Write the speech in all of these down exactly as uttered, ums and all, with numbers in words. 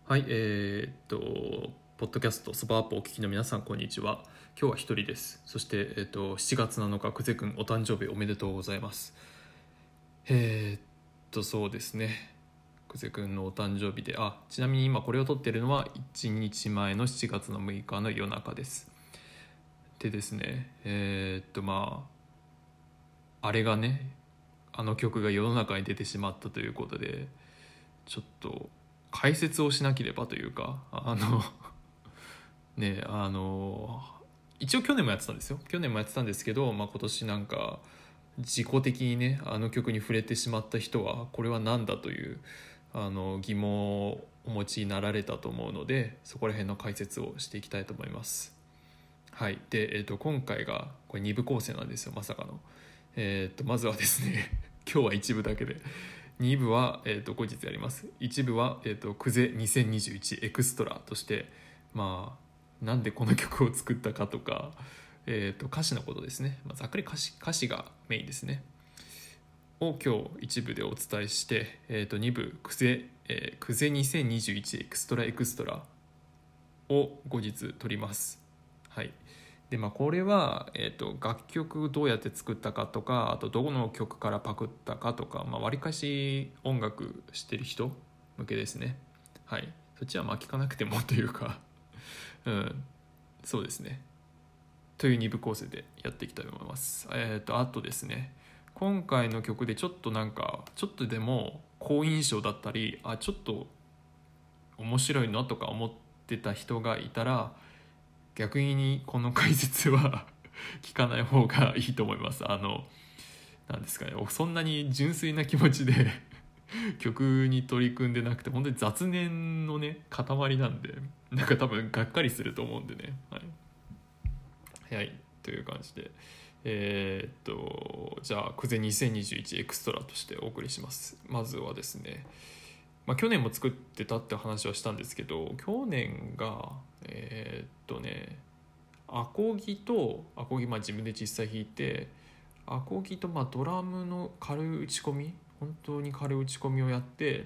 はい、えーっと、ポッドキャストそばアップをお聞きの皆さん、こんにちは。今日は一人です。そして、えーっと、しちがつなのか、久世くん、お誕生日おめでとうございます。えーっと、そうですね。久世くんのお誕生日で、あ、ちなみに今これを撮ってるのはいちにちまえのしちがつのむいかの夜中です。でですね、えーっと、まあ、あれがね、あの曲が世の中に出てしまったということで、ちょっと解説をしなければというか、あのねあの一応去年もやってたんですよ去年もやってたんですけど、まあ、今年なんか自己的にねあの曲に触れてしまった人はこれは何だというあの疑問をお持ちになられたと思うので、そこら辺の解説をしていきたいと思います。はいで、えー、と今回がこれに部構成なんですよ、まさかの。えー、とまずはですね今日は一部だけで、に部は、えー、と後日やります。いち部は、えー、とクゼにせんにじゅういちエクストラとして、まあなんでこの曲を作ったかとか、えー、と歌詞のことですね、まあ、ざっくり歌詞歌詞がメインですねを今日一部でお伝えして、えー、とに部クゼ、えー、クゼにせんにじゅういちエクストラエクストラを後日撮ります。はいでまあ、これは、えー、と楽曲どうやって作ったかとか、あとどこの曲からパクったかとか、まあ、割かし音楽してる人向けですね。はい、そっちはまあ聞かなくてもというかうんそうですね、というに部構成でやっていきたいと思います。えっ、とあとですね、今回の曲でちょっとなんかちょっとでも好印象だったり、あちょっと面白いのとか思ってた人がいたら、逆にこの解説は聞かない方がいいと思います。あのなんですかね、そんなに純粋な気持ちで曲に取り組んでなくて、本当に雑念のね塊なんで、なんか多分がっかりすると思うんでね。はい、はい、という感じで、えー、っとじゃあクゼにせんにじゅういちエクストラとしてお送りします。まずはですね、まあ、去年も作ってたって話はしたんですけど、去年がえー、っとねアコギとアコギ、まあ自分で実際弾いて、アコギとまあドラムの軽い打ち込み、本当に軽い打ち込みをやって、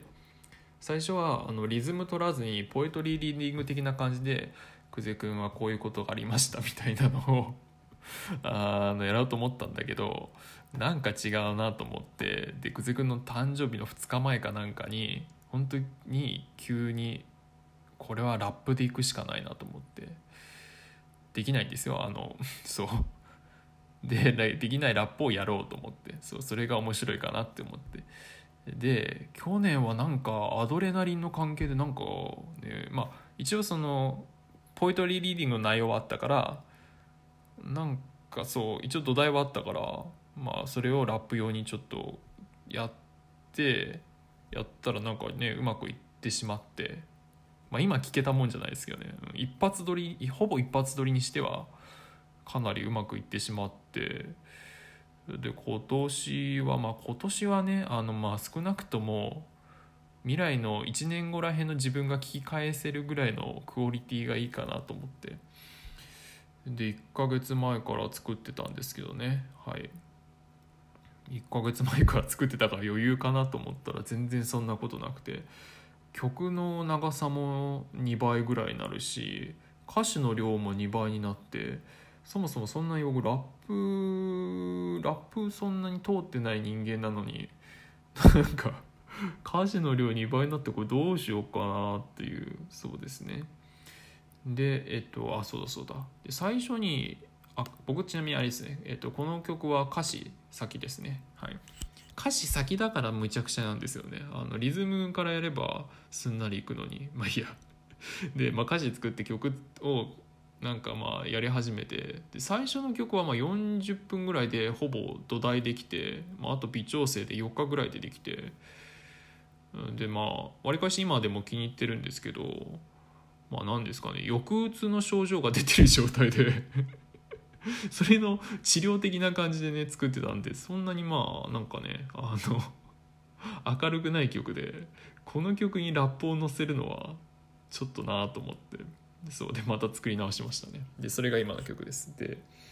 最初はあのリズム取らずにポエトリーリーディング的な感じで、久世君はこういうことがありましたみたいなのをあのやろうと思ったんだけど、なんか違うなと思って、で久世君の誕生日のふつかまえかなんかに本当に急にこれはラップでいくしかないなと思って、できないんですよ、あのそうでできないラップをやろうと思って、そうそれが面白いかなって思って、で去年はなんかアドレナリンの関係でなんか、ね、まあ一応そのポエトリーリーディングの内容はあったから、なんかそう一応土台はあったから、まあそれをラップ用にちょっとやってやったらなんかねうまくいってしまって、まあ今聞けたもんじゃないですけどね、一発撮りほぼ一発撮りにしてはかなりうまくいってしまって、で今年はまあ今年はねあのまあ少なくとも未来のいちねんごらへんの自分が聞き返せるぐらいのクオリティがいいかなと思って、でいっかげつまえから作ってたんですけどね。はいいっかげつまえから作ってたから余裕かなと思ったら全然そんなことなくて、曲の長さもにばいぐらいになるし、歌詞の量もにばいになって、そもそもそんな用語ラップラップそんなに通ってない人間なのになんか歌詞の量にばいになって、これどうしようかなっていう。そうですね。でえっとあそうだそうだで最初にあ僕ちなみにあれですね、えっと、この曲は歌詞先ですね。はい、歌詞先だからむちゃくちゃなんですよね。あのリズムからやればすんなりいくのに、まあいいや。で、まあ、歌詞作って曲をなんかまあやり始めて、で最初の曲はまあよんじゅっぷんぐらいでほぼ土台できて、まあ、あと微調整でよっかぐらいでできて、でまあわりかし今でも気に入ってるんですけど、まあ何ですかね、抑うつの症状が出てる状態でそれの治療的な感じでね作ってたんで、そんなにまあなんかねあの明るくない曲でこの曲にラップを乗せるのはちょっとなと思って、そうでまた作り直しましたね。でそれが今の曲です。で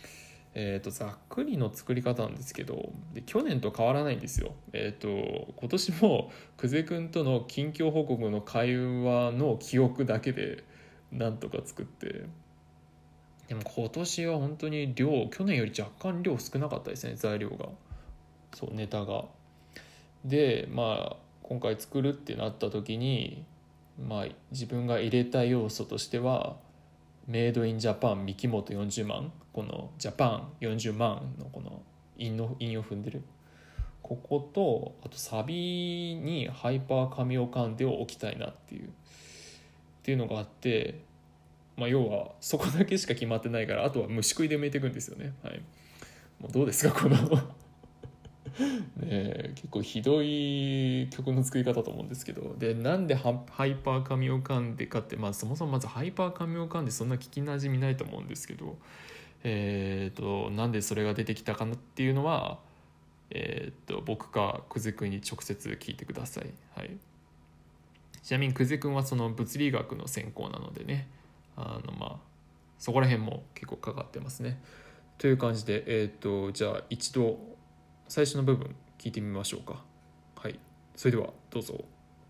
えー、とざっくりの作り方なんですけど、で去年と変わらないんですよ。えっ、と今年も久世くんとの近況報告の会話の記憶だけでなんとか作って、でも今年は本当に量去年より若干量少なかったですね、材料が。そうネタがでまあ今回作るってなった時に、まあ自分が入れた要素としてはメイドインジャパン三木本よんじゅうまん、このジャパンよんじゅうまんのこの韻の韻を踏んでるここと、あとサビにハイパーカミオカンデを置きたいなっていうっていうのがあって、まあ要はそこだけしか決まってないから、あとは虫食いで埋めていくんですよね。はい、もうどうですかこのね、結構ひどい曲の作り方と思うんですけど、でなんでハイパーカミオカンデかって、まあ、そもそもまずハイパーカミオカンデそんな聞きなじみないと思うんですけど、えー、となんでそれが出てきたかなっていうのは、えー、と僕か久世君に直接聞いてください。はい、ちなみに久世君はその物理学の専攻なのでね、あのまあそこら辺も結構かかってますね。という感じで、えー、とじゃあ一度最初の部分聞いてみましょうか。はい、それではどうぞ。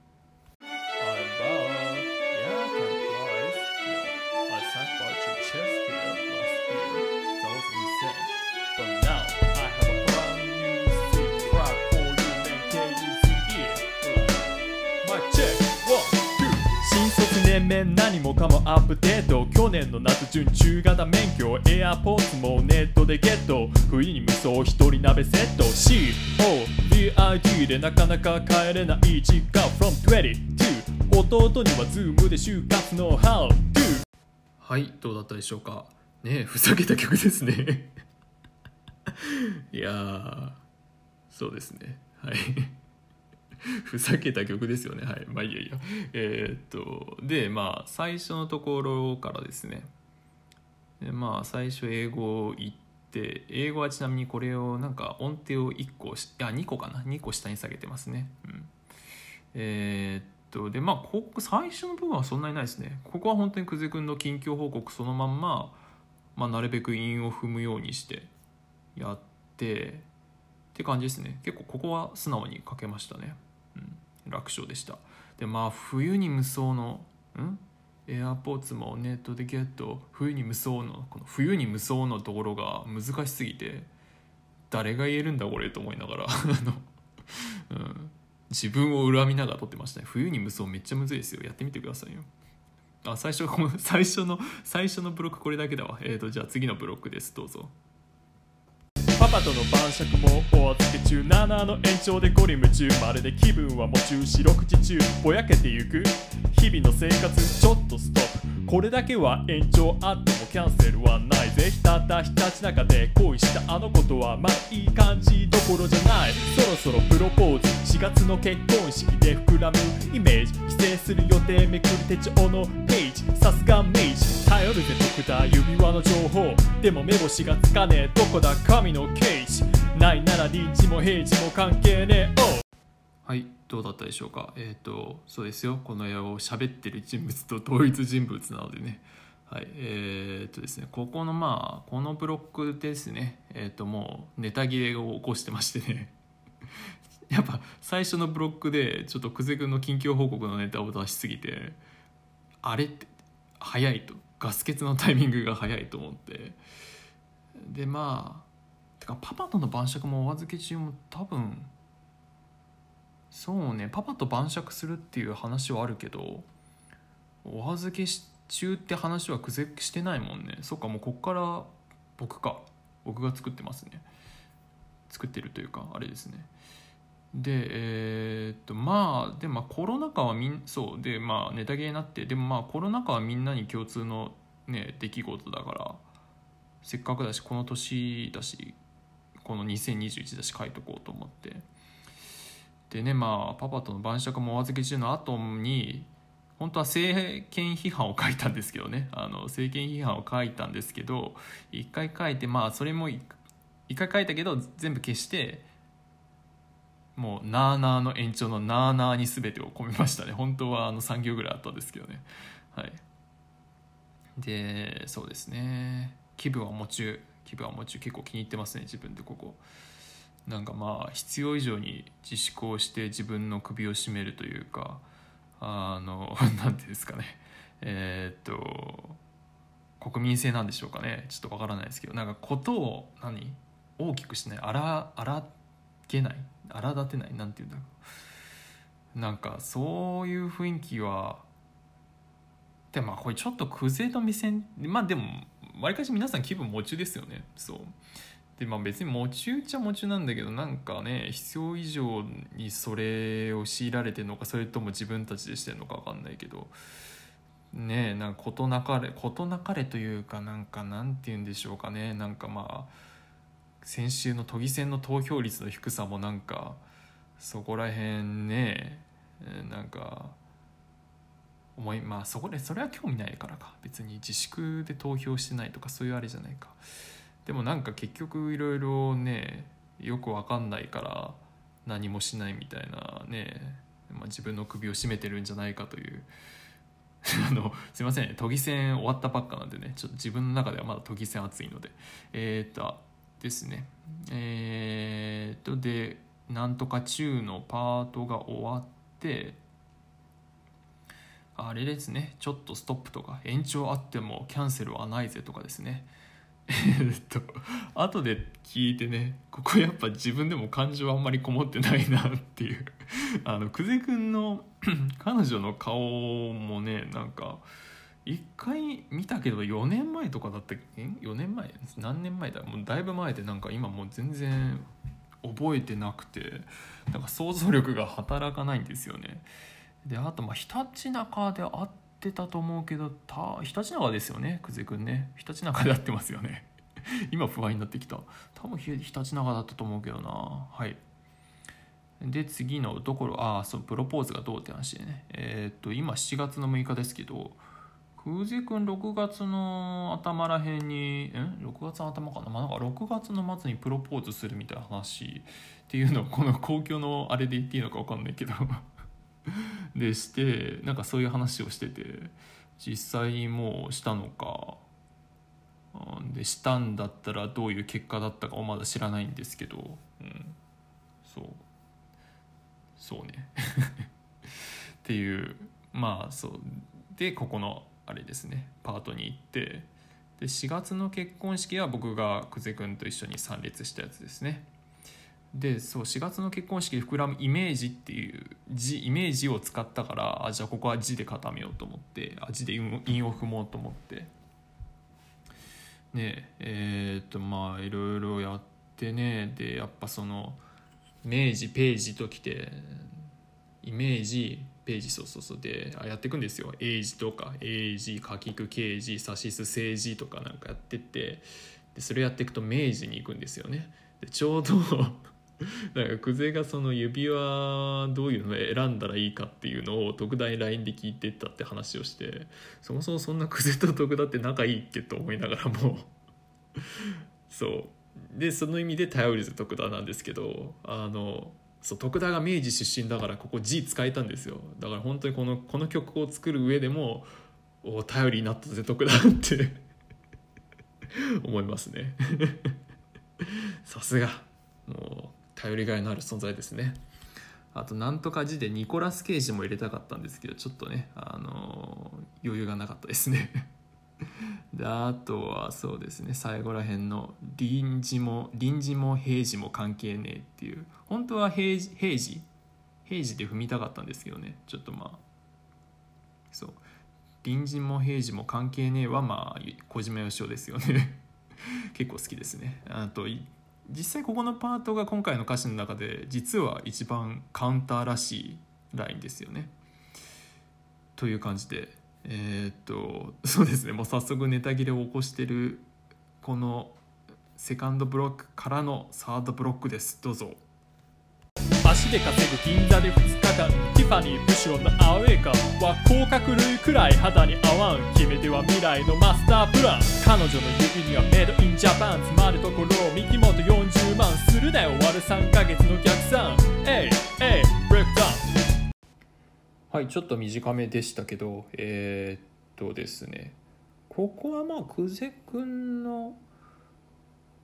年々何もかもアップデート、去年の夏準中型免許、エアポーツもネットでゲット、冬に無双一人鍋セット、 シーオービーアイディー でなかなか帰れない時間 from にじゅうに 弟にはズームで就活の How do。 はい、どうだったでしょうかね。えふざけた曲ですねいやーそうですね、はいふざけた曲ですよね。はい、まあいいやいや。えー、っとでまあ最初のところからですね。でまあ最初英語言って、英語はちなみにこれをなんか音程をいっこしいやにこかなにこ下に下げてますね。うん、えー、っとでまあここ最初の部分はそんなにないですね。ここは本当に久世君の近況報告そのまんま、まあ、なるべく韻を踏むようにしてやってって感じですね。結構ここは素直に書けましたね。うん、楽勝でした。でまあ冬に無双のんエアポーツもネットでゲット、冬に無双のこの冬に無双のところが難しすぎて誰が言えるんだこれと思いながらあの、うん、自分を恨みながら撮ってましたね。冬に無双めっちゃむずいですよ。やってみてくださいよ。あ最初最初の最初のブロックこれだけだわ。えーとじゃあ次のブロックです、どうぞ。 パパとの晩酌もお預け中、ななの延長でゴリ夢中、まるで気分は夢中、四六時中ぼやけてゆく日々の生活、ちょっとストップ、これだけは延長あってもキャンセルはないぜ。たったひたちなかで恋したあの子とはまだいい感じどころじゃない、そろそろプロポーズ、しがつの結婚式で膨らむイメージ、帰省する予定めくる手帳のページ、さすが明治頼るぜドクター指輪の情報、でも目星がつかねえどこだ神のケージ、ないなら臨時も平時も関係ねえ、oh。 はい、どうだったでしょうか。えっ、ー、とそうですよ、この絵を喋ってる人物と同一人物なのでね。はい、えっ、ー、とですねここのまあこのブロックですね。えっ、ー、ともうネタ切れを起こしてましてねやっぱ最初のブロックでちょっと久世君の近況報告のネタを出しすぎて、あれって早いと、ガス欠のタイミングが早いと思って、でまあてかパパとの晩酌もお預け中も多分そうねパパと晩酌するっていう話はあるけど、お預け中って話は久世してないもんね。そっか、もうこっから僕か僕が作ってますね。作ってるというかあれですね。でえー、っとまあでもコロナ禍はみんそうでまあネタ切れになって、でもまあコロナ禍はみんなに共通のね出来事だから、せっかくだしこの年だしこのにせんにじゅういちだし書いとこうと思って、でねまあパパとの晩酌もお預け中の後に本当は政権批判を書いたんですけどね、あの政権批判を書いたんですけど一回書いて、まあそれも一回書いたけど全部消して、もうなーなーの延長のなーなーに全てを込めましたね。本当はあのさん行ぐらいあったんですけどね。はい。でそうですね、気分は夢中気分はもちろん結構気に入ってますね。自分でここなんかまあ必要以上に自粛をして自分の首を絞めるというか、あのなんていうんですかね、えー、っと国民性なんでしょうかね、ちょっとわからないですけど、なんかことを何大きくしない、荒荒げない、荒立てない、なんていうんだろう、なんかそういう雰囲気は。でまあこれちょっとクゼの目線、まあでもわりかし皆さん気分夢中ですよね。そうでまあ別に夢中っちゃ夢中なんだけど、なんかね必要以上にそれを強いられてるのか、それとも自分たちでしてるのか分かんないけどね、えなんか事なかれ事なかれというか、なんかなんて言うんでしょうかね、なんかまあ先週の都議選の投票率の低さもなんかそこら辺ね、なんか思いまあそこでそれは興味ないからか、別に自粛で投票してないとかそういうあれじゃないか。でもなんか結局いろいろねよくわかんないから何もしないみたいなね、まあ、自分の首を絞めてるんじゃないかというあのすいません、都議選終わったばっかなんでね、ちょっと自分の中ではまだ都議選熱いのでえー、っとですねえー、っとでなんとか中のパートが終わって、あれですね、ちょっとストップとか延長あってもキャンセルはないぜとかですねえっと後で聞いてね、ここやっぱ自分でも感情あんまりこもってないなっていうあの久世くんの彼女の顔もね、なんか一回見たけどよねんまえとかだったっけ、よねんまえ何年前だ、もうだいぶ前で、なんか今もう全然覚えてなくて、なんか想像力が働かないんですよね。であとまあひたちなかで会ってたと思うけど、たひたちなかですよね、久世くんね、ひたちなかで会ってますよね今不安になってきた、多分ひたちなかだったと思うけどな。はい。で次のところ、ああそうプロポーズがどうって話でね、えー、っと今しちがつのむいかですけど、久世くんろくがつの頭らへんにんろくがつの頭かな、まあ、なんかろくがつの末にプロポーズするみたいな話っていうのをこの公共のあれで言っていいのか分かんないけどでしてなんかそういう話をしてて、実際もうしたのかでしたんだったらどういう結果だったかをまだ知らないんですけど、うん、そうそうねっていうまあそうでここのあれですねパートに行って、でしがつの結婚式は僕が久世くんと一緒に参列したやつですね。でそうしがつの結婚式で膨らむイメージっていう字イメージを使ったから、あじゃあここは字で固めようと思って、あ字で韻を踏もうと思ってねえー、っとまあいろいろやってね、でやっぱその明治ページときてイメージページそうそうそうであやっていくんですよ。英字とか英字書き句敬字さしす正字とかなんかやってって、でそれやっていくと明治に行くんですよね。でちょうどなんか久世がその指輪どういうのを選んだらいいかっていうのを徳田に ライン で聞いてったって話をして、そもそもそんな久世と徳田って仲いいっけと思いながらもそうでその意味で頼りず徳田なんですけど、あのそう徳田が明治出身だからここ G 使えたんですよ。だから本当にこのこの曲を作る上でもお頼りになったぜ徳田って思いますねさすがもう頼りがいのある存在ですね。あとなんとか字でニコラス・ケイジも入れたかったんですけど、ちょっとね、あのー、余裕がなかったですねであとはそうですね最後らへんの臨時も臨時も平時も関係ねえっていう、本当は平時平時平時で踏みたかったんですけどね、ちょっとまあそう臨時も平時も関係ねえはまあ小島よしおですよね結構好きですね。あと実際ここのパートが今回の歌詞の中で実は一番カウンターらしいラインですよね。という感じでえー、っとそうですねもう早速ネタ切れを起こしてるこのセカンドブロックからのサードブロックです。どうぞ。 足で稼ぐ銀座でふつかかん、ティファニーブシュロンのアウェー感は甲殻類くらい肌に合わん。決め手は未来のマスタープラン、彼女の指にはメイドインジャパン詰まるところを右元よんじゅうまんするなよ割るさんかげつの逆算。エイエイブレイクダウン。 はいちょっと短めでしたけどえー、っとですねここはまあ久世くんの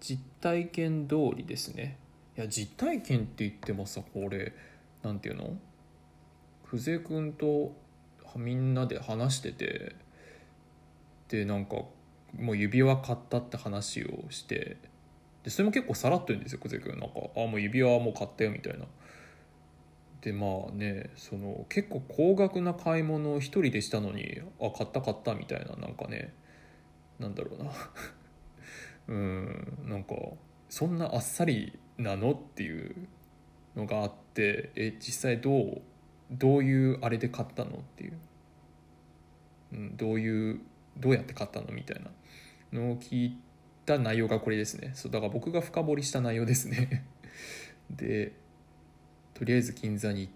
実体験通りですね。いや実体験って言ってもさ、これなんていうの、久世くんとみんなで話してて、でなんかもう指輪買ったって話をして、でそれも結構さらっと言うんですよ久世くん。なんかあもう指輪はもう買ったよみたいな。でまあね、その結構高額な買い物を一人でしたのに、あ買った買ったみたいな、なんかね、なんだろうなうんなんかそんなあっさりなのっていうのがあって、え実際どうどういうあれで買ったのっていう、うん、どういうどうやって買ったのみたいなのを聞いた内容がこれですね。そうだから僕が深掘りした内容ですねでとりあえず銀座に行って、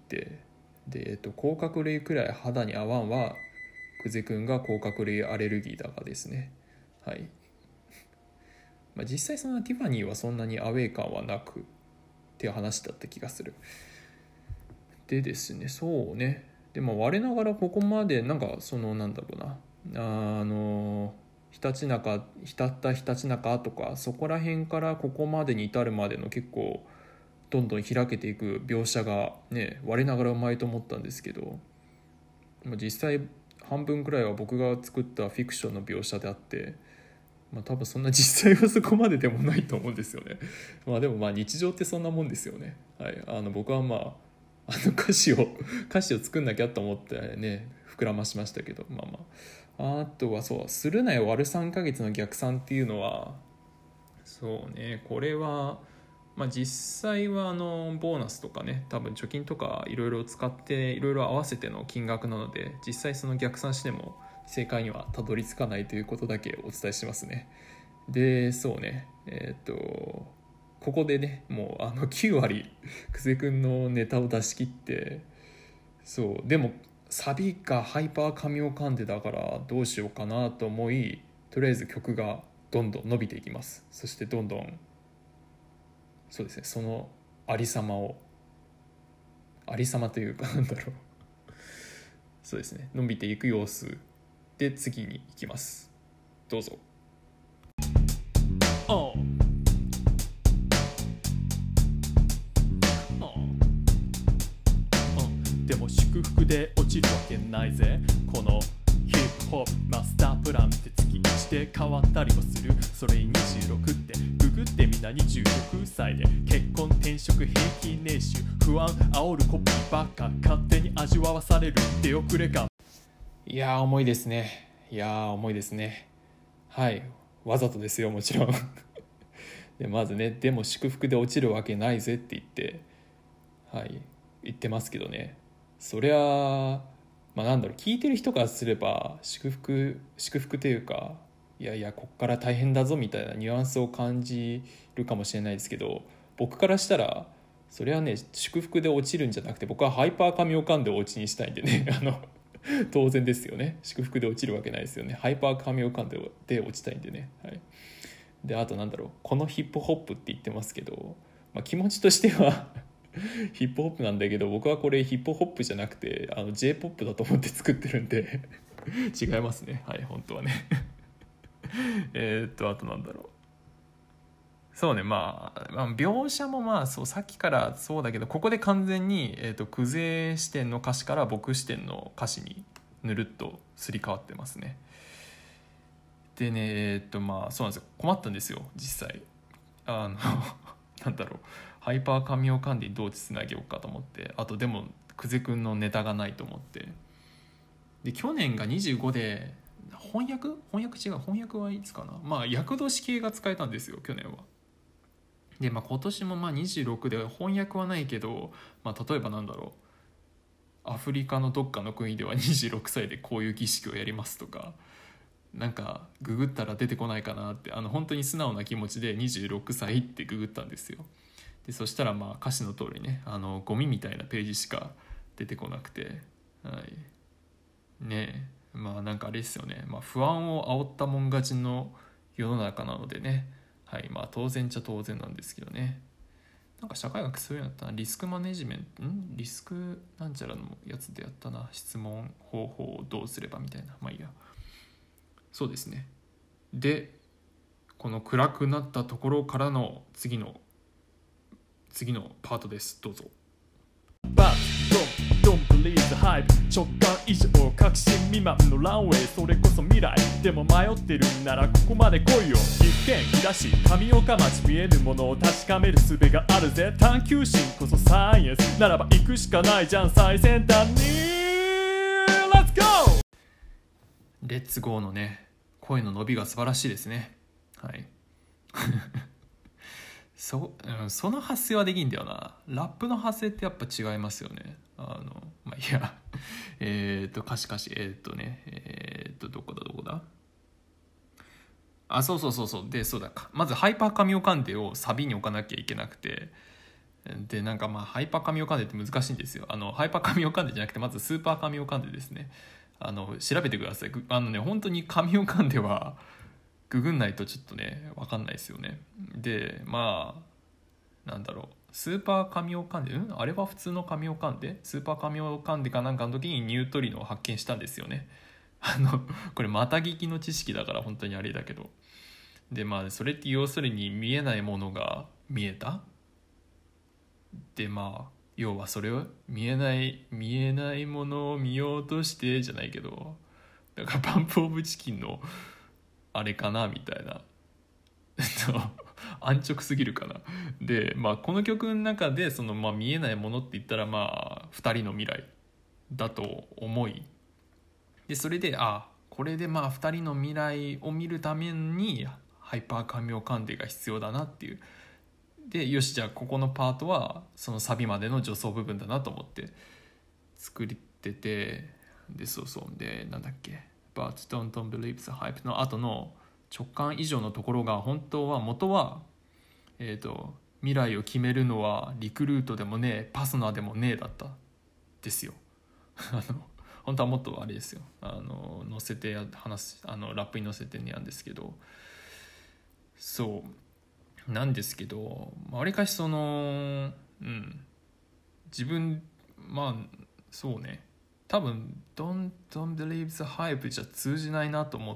で、えっと、甲殻類くらい肌に合わんは久世くんが甲殻類アレルギーだがですね。はい、まあ、実際そんなティファニーはそんなにアウェー感はなくっていう話だった気がする。でですね、そうね、でも我ながらここまでなんかそのなんだろうな、あのひたちなか浸ったひたちなかとかそこら辺からここまでに至るまでの結構どんどん開けていく描写がね我ながらうまいと思ったんですけど、実際半分くらいは僕が作ったフィクションの描写であって、まあ、多分そんな実際はそこまででもないと思うんですよね。まあでもまあ日常ってそんなもんですよね。はい、あの僕はまああの歌詞を歌詞を作んなきゃと思ってね膨らましましたけど、まあまああとはそうするなよ割るさんかげつの逆算っていうのは、そうねこれはまあ、実際はあのボーナスとかね多分貯金とかいろいろ使っていろいろ合わせての金額なので、実際その逆算しても正解にはたどり着かないということだけお伝えしますね。でそうねえっ、ー、とここでねもうあのきゅう割久世くんのネタを出し切って、そうでもサビがハイパー神尾カンデだからどうしようかなと思い、とりあえず曲がどんどん伸びていきます。そしてどんどんそうですねそのありさまをありさまというかなんだろうそうですね伸びていく様子で次に行きます。どうぞ。 おうでも祝福で落ちるわけないぜ。このヒップホップマスタープランって月いちで変わったりもする。それににじゅうろくってググってみんなにじゅうろくさいで結婚転職平均年収不安煽るコピーばっか勝手に味わわされる出遅れ感。 いやー重いですね。いやー重いですね。はいわざとですよもちろんでまずねでも祝福で落ちるわけないぜって言ってはい言ってますけどね、そりゃまあなんだろう聞いてる人からすれば祝福祝福というかいやいやこっから大変だぞみたいなニュアンスを感じるかもしれないですけど、僕からしたらそれはね祝福で落ちるんじゃなくて僕はハイパー神を噛んでお家にしたいんでねあの当然ですよね。祝福で落ちるわけないですよね。ハイパー神を噛んでで落ちたいんでね、はい、であとなんだろうこのヒップホップって言ってますけど、まあ、気持ちとしてはヒップホップなんだけど僕はこれヒップホップじゃなくてあの J-ポップ だと思って作ってるんで違いますね。はい本当はねえーっとあとなんだろうそうね、まあ、まあ描写もまあそうさっきからそうだけどここで完全に、えー、と久世視点の歌詞から僕視点の歌詞にぬるっとすり替わってますね。でねえっ、とまあそうなんですよ困ったんですよ実際あのなんだろうハイパー神尾管理どうつなげようかと思って、あとでも久世くんのネタがないと思って、で去年がにじゅうごで翻訳翻訳違う翻訳はいつかな、まあ厄年系が使えたんですよ去年は。で、まあ、今年もまあにじゅうろくで翻訳はないけど、まあ、例えばなんだろうアフリカのどっかの国ではにじゅうろくさいでこういう儀式をやりますとか、なんかググったら出てこないかなって、あの本当に素直な気持ちでにじゅうろくさいってググったんですよ。でそしたらまあ歌詞の通りねあのゴミみたいなページしか出てこなくて、はいねえまあなんかあれですよね、まあ、不安を煽ったもん勝ちの世の中なのでね、はいまあ当然っちゃ当然なんですけどね。なんか社会学そういうのやったな、リスクマネジメントんリスクなんちゃらのやつでやったな、質問方法をどうすればみたいな、まあいいや。そうですね。でこの暗くなったところからの次の次のパートです。どうぞ。 But don't, don't believe the hype 直感以上確信未満のランウェイそれこそ未来でも迷ってるんならここまで来いよ岐阜県飛騨市上岡町見えぬものを確かめる術があるぜ探求心こそサイエンスならば行くしかないじゃん最先端に Let's go レッツゴーのね声の伸びが素晴らしいですね。はいそ, うん、その発声はできんだよな。ラップの発声ってやっぱ違いますよね。あのまあいやえっと歌詞歌詞えっとねえっとどこだどこだあそうそうそうそうでそうだかまずハイパーカミオカンデをサビに置かなきゃいけなくて、でなんかまあハイパーカミオカンデって難しいんですよ。あのハイパーカミオカンデじゃなくてまずスーパーカミオカンデですね。あの調べてください。あのね本当にカミオカンデはググんないとちょっとね分かんないですよね。でまあなんだろうスーパーカミオカンデんあれは普通のカミオカンデスーパーカミオカンデかなんかの時にニュートリノを発見したんですよね。あのこれまた聞きの知識だから本当にあれだけど、でまあそれって要するに見えないものが見えたでまあ要はそれを見えない見えないものを見ようとしてじゃないけどだからパンプオブチキンのあれかなみたいな安直すぎるかな。でまあこの曲の中でその、まあ、見えないものって言ったらまあふたりの未来だと思い、でそれであこれでまあふたりの未来を見るためにハイパーカミオカンデが必要だなっていう、でよしじゃあここのパートはそのサビまでの助走部分だなと思って作ってて、でそうそうでなんだっけBut don't, don't believe the hype の後の直感以上のところが本当は元は、えーと、未来を決めるのはリクルートでもねえパスナーでもねえだったですよあの本当はもっとあれですよあの載せて話すあのラップに載せてねやんですけど、そうなんですけどわりかしそのうん自分まあそうね多分 don't, don't believe the hype じゃ通じないなと思って、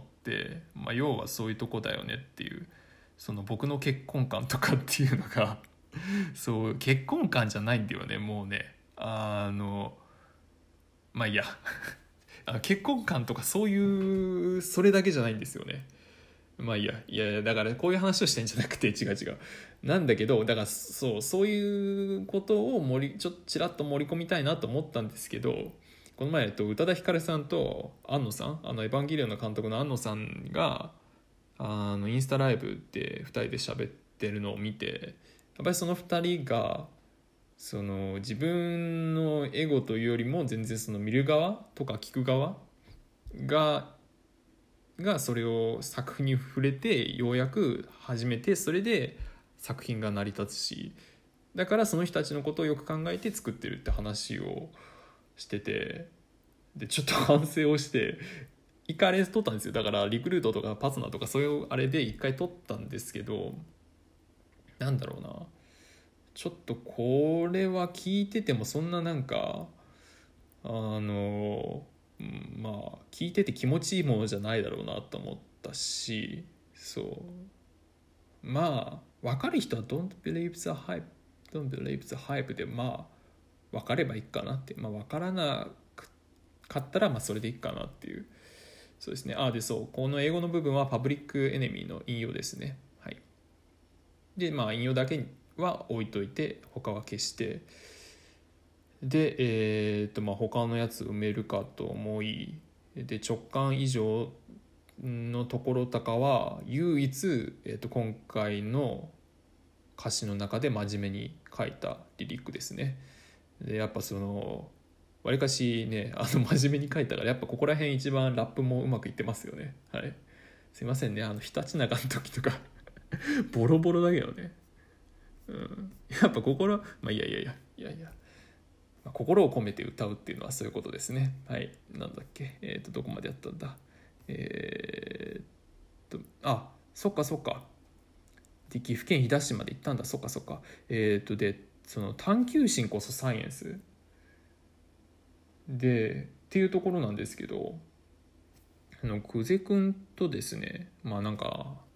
まあ、要はそういうとこだよねっていうその僕の結婚観とかっていうのがそう結婚観じゃないんだよねもうねあのまあいいや結婚観とかそういうそれだけじゃないんですよね。まあいいやいやだからこういう話をしてんじゃなくて違う違うなんだけどだからそうそういうことを盛りちょっとちらっと盛り込みたいなと思ったんですけど、この前、えっと、宇多田ヒカルさんと庵野さんあのエヴァンゲリオンの監督の庵野さんがあのインスタライブでふたりで喋ってるのを見てやっぱりそのふたりがその自分のエゴというよりも全然その見る側とか聞く側ががそれを作品に触れてようやく初めてそれで作品が成り立つしだからその人たちのことをよく考えて作ってるって話をしてて、でちょっと反省をして一回あれ撮ったんですよ。だからリクルートとかパツナとかそういうあれで一回撮ったんですけどなんだろうなちょっとこれは聞いててもそんななんかあのまあ聞いてて気持ちいいものじゃないだろうなと思ったし、そうまあ分かる人は Don't believe the hype Don't believe the hype でまあ分かればいいかなって、まあ、分からなかったらまあそれでいいかなっていう、そうですね。あでそうこの英語の部分はパブリックエネミーの引用ですね。はい。でまあ引用だけは置いといて他は消して、でえー、っとまあ他のやつ埋めるかと思い、で直感以上のところとかは唯一、えー、っと今回の歌詞の中で真面目に書いたリリックですね。でやっぱそのわりかしねあの真面目に書いたからやっぱここら辺一番ラップもうまくいってますよね。はいすいませんねあのひたちなかの時とかボロボロだけどね、うん、やっぱ心まあいやいやいやいやいや、まあ、心を込めて歌うっていうのはそういうことですね。はいなんだっけえっ、ー、とどこまでやったんだえー、っとあそっかそっかで岐阜県飛騨市まで行ったんだそっかそっかえっ、ー、とでその探求心こそサイエンスでっていうところなんですけど、あの久世くんとですねまあなんか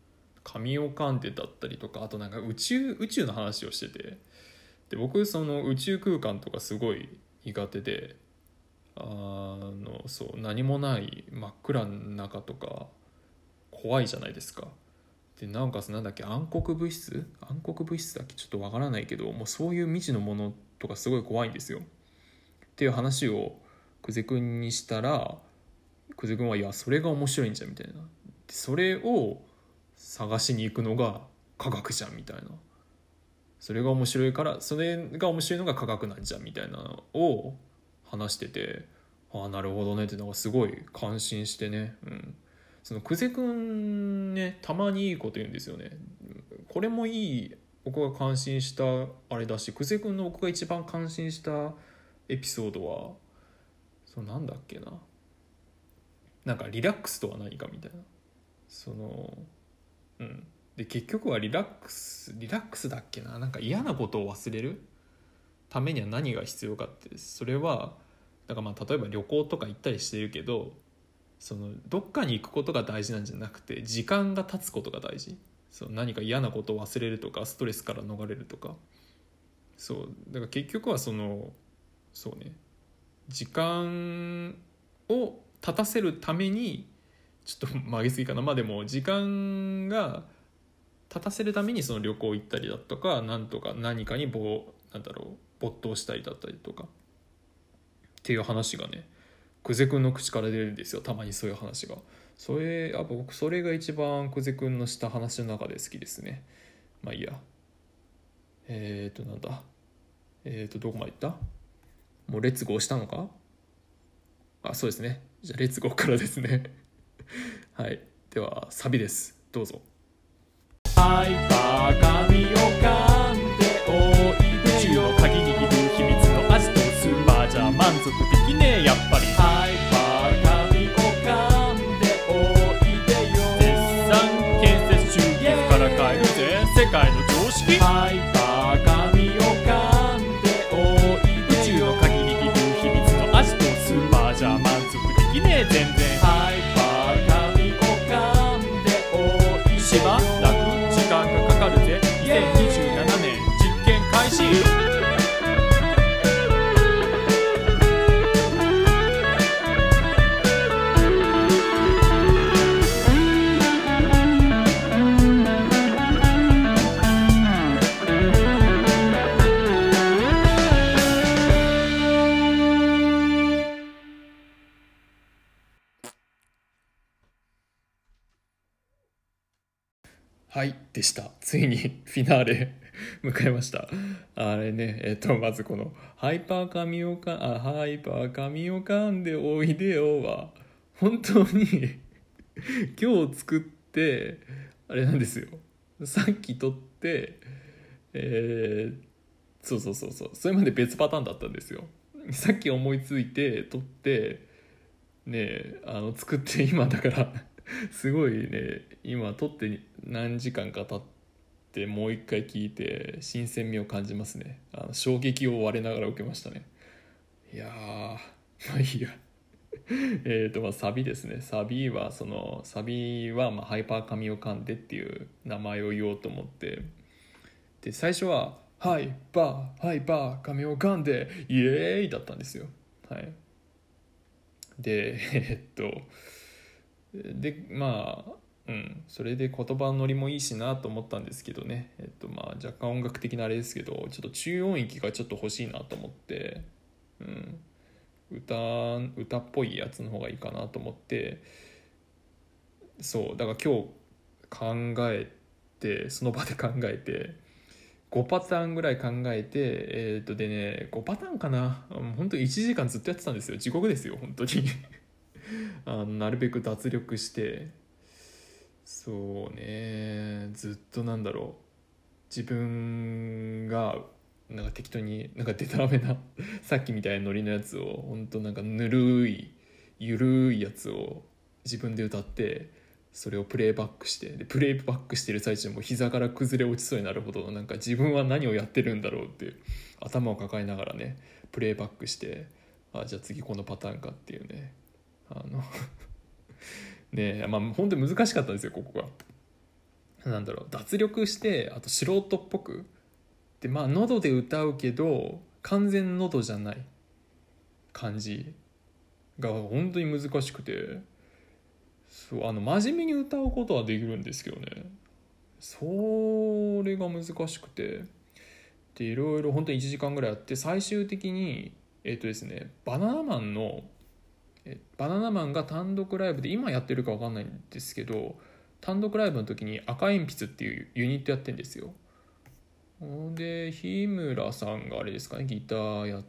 神尾鑑定だったりとか、あとなんか宇宙宇宙の話をしてて、で僕その宇宙空間とかすごい苦手で、あのそう何もない真っ暗の中とか怖いじゃないですか。でなおかつなんだっけ暗黒物質暗黒物質だっけちょっとわからないけど、もうそういう未知のものとかすごい怖いんですよっていう話を久世君にしたら、久世君はいやそれが面白いんじゃんみたいな、それを探しに行くのが科学じゃんみたいな、それが面白いからそれが面白いのが科学なんじゃんみたいなのを話してて、ああなるほどねってなんかすごい感心してね、うん、その久世くんねたまにいいこと言うんですよね。これもいい僕が感心したあれだし、久世くんの僕が一番感心したエピソードはそのなんだっけな、なんかリラックスとは何かみたいな、そのうんで結局はリラックスリラックスだっけな、なんか嫌なことを忘れるためには何が必要かって、それはだからまあ例えば旅行とか行ったりしてるけど、そのどっかに行くことが大事なんじゃなくて時間が経つことが大事。そう何か嫌なことを忘れるとかストレスから逃れるとか、そうだから結局はそのそうね時間を経たせるためにちょっと曲げすぎかな、まあでも時間が経たせるためにその旅行行ったりだとかなんとか何かにぼなんだろう没頭したりだったりとかっていう話がね久世くんの口から出るんですよ、たまにそういう話が。それやっぱ僕それが一番久世くんのした話の中で好きですね。まあいいや、えーとなんだえーとどこまで行った、もうレッツゴーしたのか、あそうですね、じゃあレッツゴーからですねはいではサビです、どうぞ。 ハイパー神を噛んでおいでよ、宇宙の鍵握る秘密のアジトスーパーじゃ満足できねえやっぱり。ハイパー神を噛んでおいでよ、絶賛建設中岐阜から変えるぜ世界の常識。ハイパー神を噛んでおいでよ、宇宙の鍵握る秘密のアジトスーパーじゃ満足できねえ全然。ハイパー神を噛んでおいでよ、しばらく時間がかかるぜにせんにじゅうななねん実験開始。 はいでした、ついにフィナーレ迎えました。あれねえっとまずこのハイパー神をかあハイパー神を噛んでおいでよは本当に今日作ってあれなんですよ、さっき撮ってえー、そうそうそうそうそれまで別パターンだったんですよ。さっき思いついて撮ってねえあの作って今だからすごいね今撮って何時間か経ってもう一回聞いて新鮮味を感じますね。あの衝撃を我ながら受けましたね。いやーまあいいやえっとまあサビですね。サビはそのサビはまあハイパー神を噛んでっていう名前を言おうと思って、で最初はハイパーハイパー神を噛んでイエーイだったんですよ。はいでえっとでまあうんそれで言葉のノリもいいしなと思ったんですけどね、えっとまあ若干音楽的なあれですけどちょっと中音域がちょっと欲しいなと思って、うん、歌歌っぽいやつの方がいいかなと思って、そうだから今日考えてその場で考えてごパターンぐらい考えてえー、っとでねごパターンかな、本当にいちじかんずっとやってたんですよ。地獄ですよ本当にあのなるべく脱力して、そうねずっとなんだろう自分がなんか適当になんかデタラメなさっきみたいなノリのやつを本当なんかぬるいゆるいやつを自分で歌ってそれをプレイバックして、でプレイバックしてる最中も膝から崩れ落ちそうになるほどのなんか自分は何をやってるんだろうって頭を抱えながらねプレイバックして、あじゃあ次このパターンかっていうね、あのねえまあ本当に難しかったんですよここが。 なんだろう脱力して、あと素人っぽくで、まあ喉で歌うけど完全喉じゃない感じが本当に難しくて、そうあの真面目に歌うことはできるんですけどね、それが難しくて、でいろいろ本当にいちじかんぐらいあって、最終的にえっとですねバナナマンのえバナナマンが単独ライブで今やってるか分かんないんですけど、単独ライブの時に赤鉛筆っていうユニットやってるんですよ。で日村さんがあれですかねギターやって、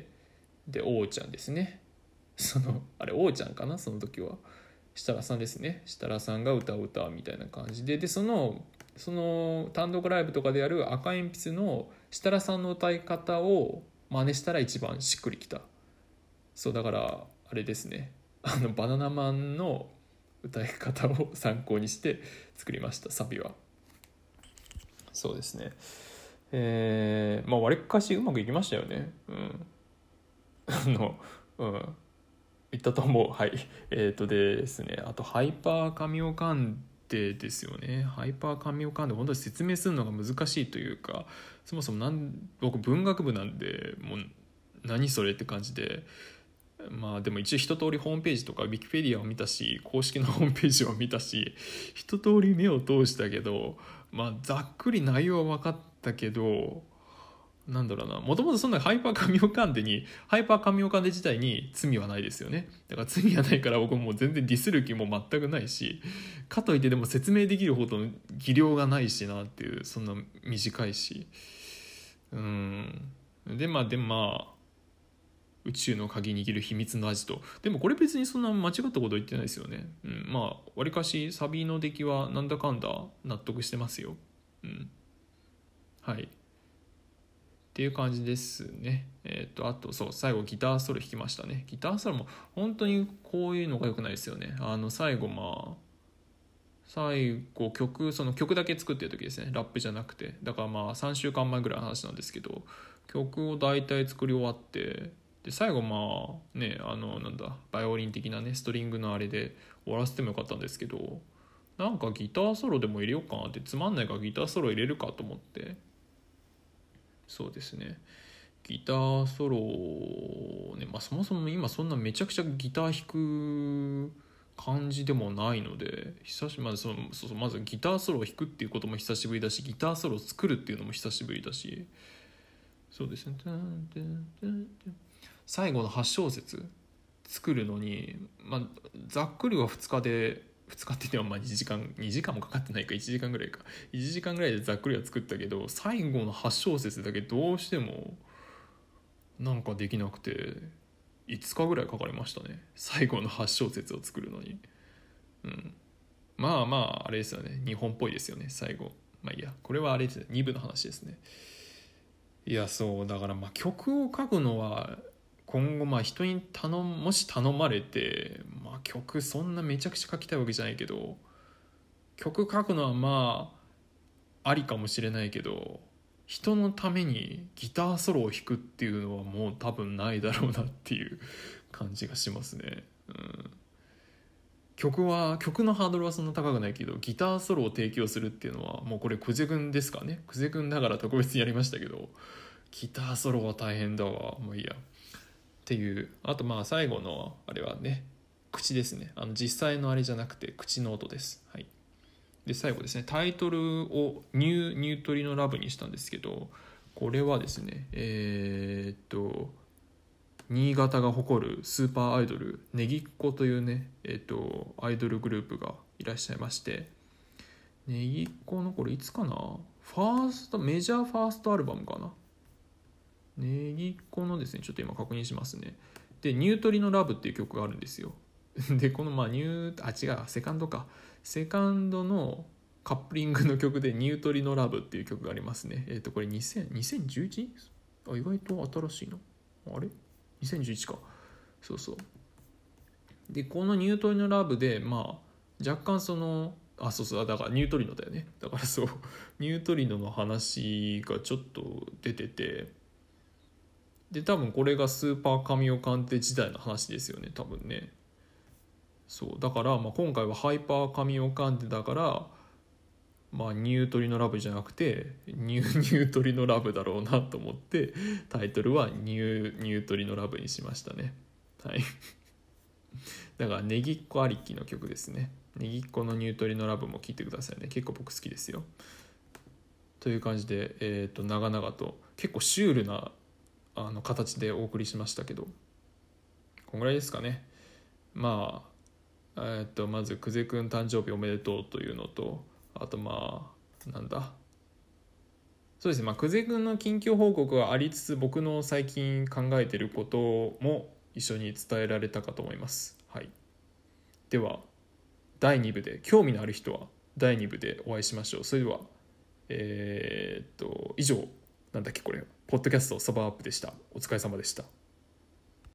で王ちゃんですね、そのあれ王ちゃんかな、その時は設楽さんですね、設楽さんが歌を歌うみたいな感じで、でそのその単独ライブとかでやる赤鉛筆の設楽さんの歌い方を真似したら一番しっくりきた。そうだからあれですね、あのバナナマンの歌い方を参考にして作りました、サビは。そうですね、えー、まあわりかしうまくいきましたよね。うんあのうんいったと思う。はいえっ、ー、とですね、あとハイパーカミオカンデですよね。ハイパーカミオカンデ本当に説明するのが難しいというか、そもそもなん僕文学部なんでもう何それって感じで、まあでも一応一通りホームページとかウィキペディアを見たし、公式のホームページを見たし、一通り目を通したけど、まあざっくり内容は分かったけど、なんだろうな、もともとそんなハイパーカミオカンデにハイパーカミオカンデ自体に罪はないですよね。だから罪はないから僕も全然ディスる気も全くないし、かといってでも説明できるほどの技量がないしなっていう、そんな短いし、うんでまあでまあ宇宙の鍵握る秘密のアジト、でもこれ別にそんな間違ったこと言ってないですよね。うん、まあわりかしサビの出来はなんだかんだ納得してますよ。うんはいっていう感じですね。えっとあとそう最後ギターソロ弾きましたね。ギターソロも本当にこういうのが良くないですよね。あの最後まあ最後曲その曲だけ作ってる時ですね、ラップじゃなくて。だからまあさんしゅうかんまえぐらいの話なんですけど、曲を大体作り終わって、で最後まあねあのなんだバイオリン的なねストリングのあれで終わらせてもよかったんですけど、なんかギターソロでも入れようかなって、つまんないからギターソロ入れるかと思って、そうですねギターソロね、まあそもそも今そんなめちゃくちゃギター弾く感じでもないので、久しぶりまずそのそうそうまずギターソロを弾くっていうことも久しぶりだし、ギターソロを作るっていうのも久しぶりだし、そうですね最後のはち小節作るのに、まあ、ざっくりはふつかでふつかって言ってもまあにじかんにじかんもかかってないか、いちじかんぐらいか、いちじかんぐらいでざっくりは作ったけど、最後のはち小節だけどうしてもなんかできなくていつかぐらいかかりましたね、最後のはち小節を作るのに。うんまあまああれですよね、日本っぽいですよね最後。まあいいや、これはあれですね、に部の話ですね。いやそうだからまあ曲を書くのは今後まあ人に頼もし頼まれて、まあ、曲そんなめちゃくちゃ書きたいわけじゃないけど、曲書くのはまあありかもしれないけど、人のためにギターソロを弾くっていうのはもう多分ないだろうなっていう感じがしますね。うん、曲は曲のハードルはそんな高くないけど、ギターソロを提供するっていうのはもうこれ久世君ですかね、久世君だから特別にやりましたけど、ギターソロは大変だわ。もういいやっていう。あとまあ最後のあれはね口ですね、あの実際のあれじゃなくて口の音です。はいで最後ですね、タイトルをニューニュートリノラブにしたんですけど、これはですねえー、っと新潟が誇るスーパーアイドルねぎっこというね、えー、っとアイドルグループがいらっしゃいまして、ねぎっこのこれいつかな、ファーストメジャーファーストアルバムかな、ねぎっこのですねちょっと今確認しますね。でニュートリノラブっていう曲があるんですよ。でこのまあニューあ違うセカンドかセカンドのカップリングの曲でニュートリノラブっていう曲がありますね。えっ、ー、とこれにせん にせんじゅういち? あ意外と新しいな、あれにせんじゅういちか、そうそうでこのニュートリノラブでまあ若干そのあそうそうだからニュートリノだよね、だからそうニュートリノの話がちょっと出てて、で多分これがスーパーカミオカンテ時代の話ですよね多分ね。そうだからまあ今回はハイパーカミオカンテだからまあニュートリノラブじゃなくてニューニュートリノラブだろうなと思ってタイトルはニューニュートリノラブにしましたね。はいだからネギっ子ありきの曲ですね。ネギっ子のニュートリノラブも聴いてくださいね。結構僕好きですよ。という感じで、えー、と長々と結構シュールなあの形でお送りしましたけど、こんぐらいですかね。まあ、えー、とまず久世くん誕生日おめでとうというのと、あとまあなんだそうですね、まあ、久世くんの近況報告がありつつ僕の最近考えていることも一緒に伝えられたかと思います。はい、ではだいに部で、興味のある人はだいに部でお会いしましょう。それではえー、っと以上なんだっけこれポッドキャストサバーアップでした。お疲れ様でした。